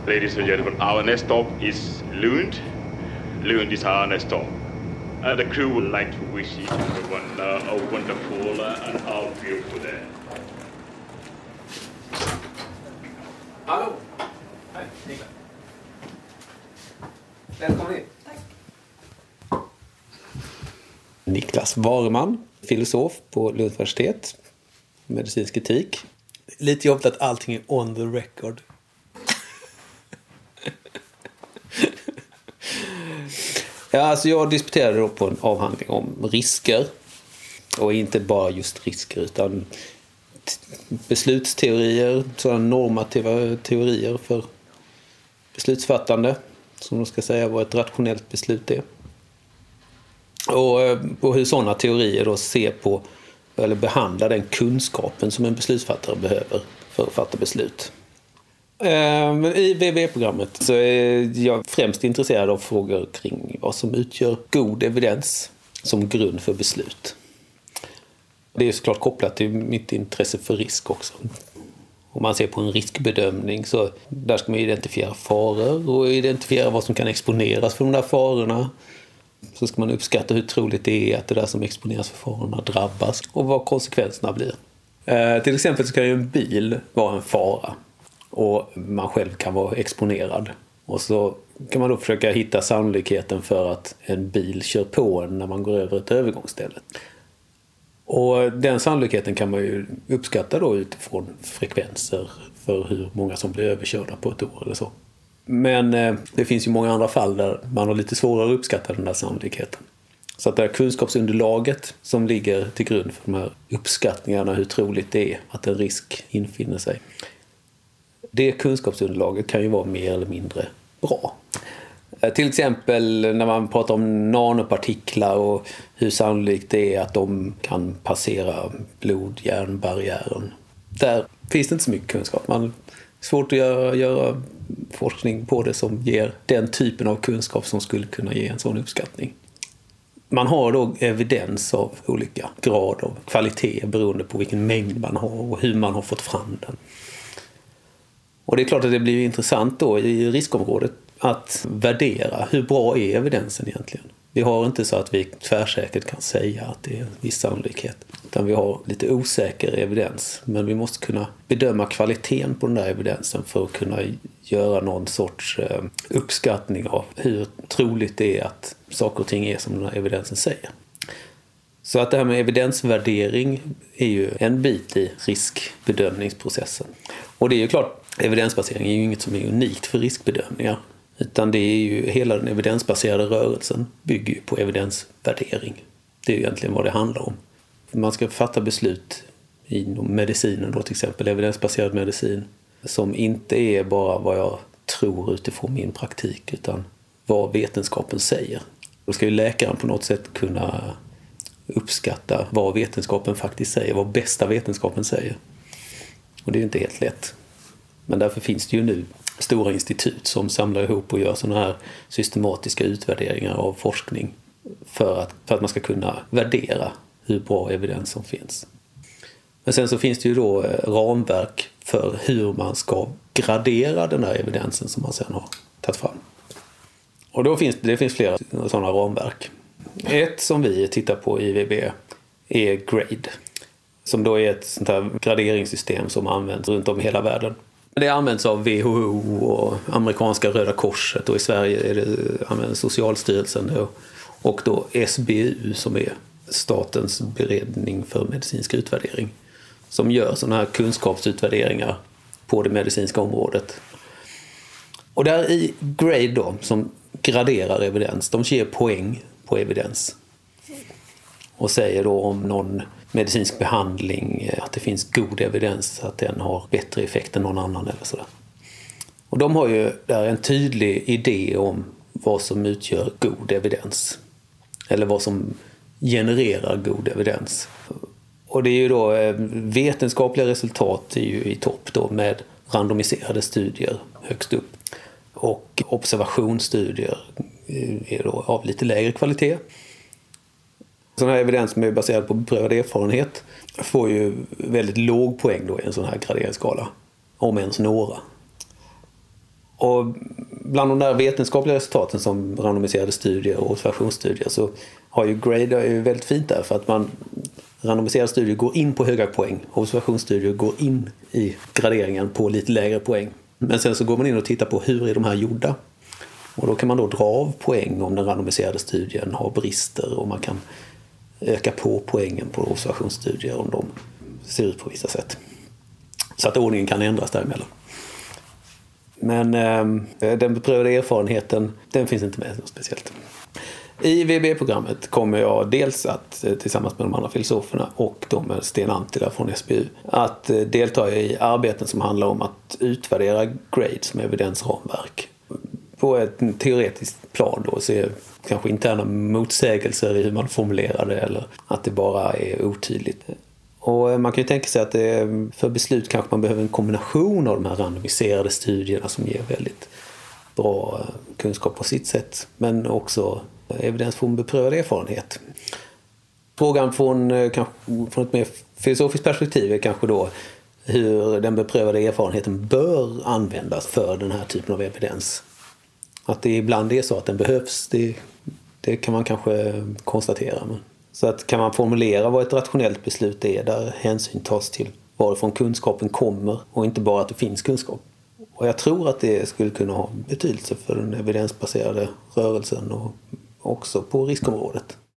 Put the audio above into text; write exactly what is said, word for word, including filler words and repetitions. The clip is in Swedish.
Ladies and gentlemen, our next stop is Lund. Lund is our next stop. Uh, the crew would like to wish each and everyone uh, a wonderful uh, and a beautiful day. Hallå! Hej, Niklas. Välkommen in. Tack. Niklas Wareman, filosof på Lunds universitet, medicinsk etik. Lite jobbigt att allting är on the record. Ja, alltså jag disputerade då på en avhandling om risker. Och inte bara just risker utan t- beslutsteorier, sådana normativa teorier för beslutsfattande. Som de ska säga vad ett rationellt beslut är. Och, och hur sådana teorier då ser på eller behandlar den kunskapen som en beslutsfattare behöver för att fatta beslut. Men i V V E-programmet så är jag främst intresserad av frågor kring vad som utgör god evidens som grund för beslut. Det är såklart kopplat till mitt intresse för risk också. Om man ser på en riskbedömning så där ska man identifiera faror och identifiera vad som kan exponeras för de där farorna. Så ska man uppskatta hur troligt det är att det där som exponeras för farorna drabbas och vad konsekvenserna blir. Eh, till exempel så kan ju en bil vara en fara och man själv kan vara exponerad. Och så kan man då försöka hitta sannolikheten för att en bil kör på en när man går över ett övergångsställe. Och den sannolikheten kan man ju uppskatta då utifrån frekvenser för hur många som blir överkörda på ett år eller så. Men eh, det finns ju många andra fall där man har lite svårare att uppskatta den där sannolikheten. Så att det här kunskapsunderlaget som ligger till grund för de här uppskattningarna hur troligt det är att en risk infinner sig. Det kunskapsunderlaget kan ju vara mer eller mindre bra. Eh, till exempel när man pratar om nanopartiklar och hur sannolikt det är att de kan passera blod-hjärnbarriären. Där finns det inte så mycket kunskap. Man svårt att göra, göra forskning på det som ger den typen av kunskap som skulle kunna ge en sån uppskattning. Man har då evidens av olika grad av kvalitet beroende på vilken mängd man har och hur man har fått fram den. Och det är klart att det blir intressant då i riskområdet att värdera hur bra är evidensen egentligen. Vi har inte så att vi tvärsäkert kan säga att det är en viss sannolikhet. Utan vi har lite osäker evidens. Men vi måste kunna bedöma kvaliteten på den där evidensen för att kunna göra någon sorts uppskattning av hur troligt det är att saker och ting är som den här evidensen säger. Så att det här med evidensvärdering är ju en bit i riskbedömningsprocessen. Och det är ju klart, evidensbasering är ju inget som är unikt för riskbedömningar. Utan det är ju hela den evidensbaserade rörelsen bygger ju på evidensvärdering. Det är ju egentligen vad det handlar om. Man ska fatta beslut inom medicinen då till exempel, evidensbaserad medicin, som inte är bara vad jag tror utifrån min praktik utan vad vetenskapen säger. Då ska ju läkaren på något sätt kunna uppskatta vad vetenskapen faktiskt säger, vad bästa vetenskapen säger. Och det är ju inte helt lätt. Men därför finns det ju nu stora institut som samlar ihop och gör sådana här systematiska utvärderingar av forskning för att, för att man ska kunna värdera hur bra evidens som finns. Men sen så finns det ju då ramverk för hur man ska gradera den här evidensen som man sen har tagit fram. Och då finns det finns flera sådana ramverk. Ett som vi tittar på i V B är GRADE, som då är ett sånt här graderingssystem som används runt om i hela världen. Det används av W H O och amerikanska Röda Korset och i Sverige är det används Socialstyrelsen då, och då S B U som är Statens beredning för medicinsk utvärdering som gör sådana här kunskapsutvärderingar på det medicinska området. Och där i GRADE då som graderar evidens, de ger poäng på evidens och säger då om någon medicinsk behandling att det finns god evidens att den har bättre effekt än någon annan eller sådär. Och de har ju där en tydlig idé om vad som utgör god evidens eller vad som genererar god evidens. Och det är ju då vetenskapliga resultat är ju i topp då med randomiserade studier högst upp och observationsstudier är då av lite lägre kvalitet. Sån här evidens som är baserad på beprövad erfarenhet får ju väldigt låg poäng då i en sån här graderingsskala, om ens några. Och bland de där vetenskapliga resultaten som randomiserade studier och observationsstudier så har ju grade är ju väldigt fint där, för att man randomiserade studier går in på höga poäng, observationsstudier går in i graderingen på lite lägre poäng. Men sen så går man in och tittar på hur är de här gjorda. Och då kan man då dra av poäng om den randomiserade studien har brister, och man kan öka på poängen på observationsstudier om de ser ut på vissa sätt. Så att ordningen kan ändras däremellan. Men eh, den beprövade erfarenheten, den finns inte med speciellt. I V B programmet kommer jag dels att tillsammans med de andra filosoferna och de med Sten Antila från S B U att delta i arbeten som handlar om att utvärdera grade som evidensramverk på ett teoretiskt plan då, se kanske interna motsägelser i hur man formulerar det eller att det bara är otydligt. Och man kan ju tänka sig att det, för beslut kanske man behöver en kombination av de här randomiserade studierna som ger väldigt bra kunskap på sitt sätt, men också evidens från beprövad erfarenhet. Frågan från, kanske, från ett mer filosofiskt perspektiv är kanske då hur den beprövade erfarenheten bör användas för den här typen av evidens. Att det ibland är så att den behövs, det, det kan man kanske konstatera. Så att kan man formulera vad ett rationellt beslut är där hänsyn tas till varifrån kunskapen kommer och inte bara att det finns kunskap. Och jag tror att det skulle kunna ha betydelse för den evidensbaserade rörelsen och också på riskområdet.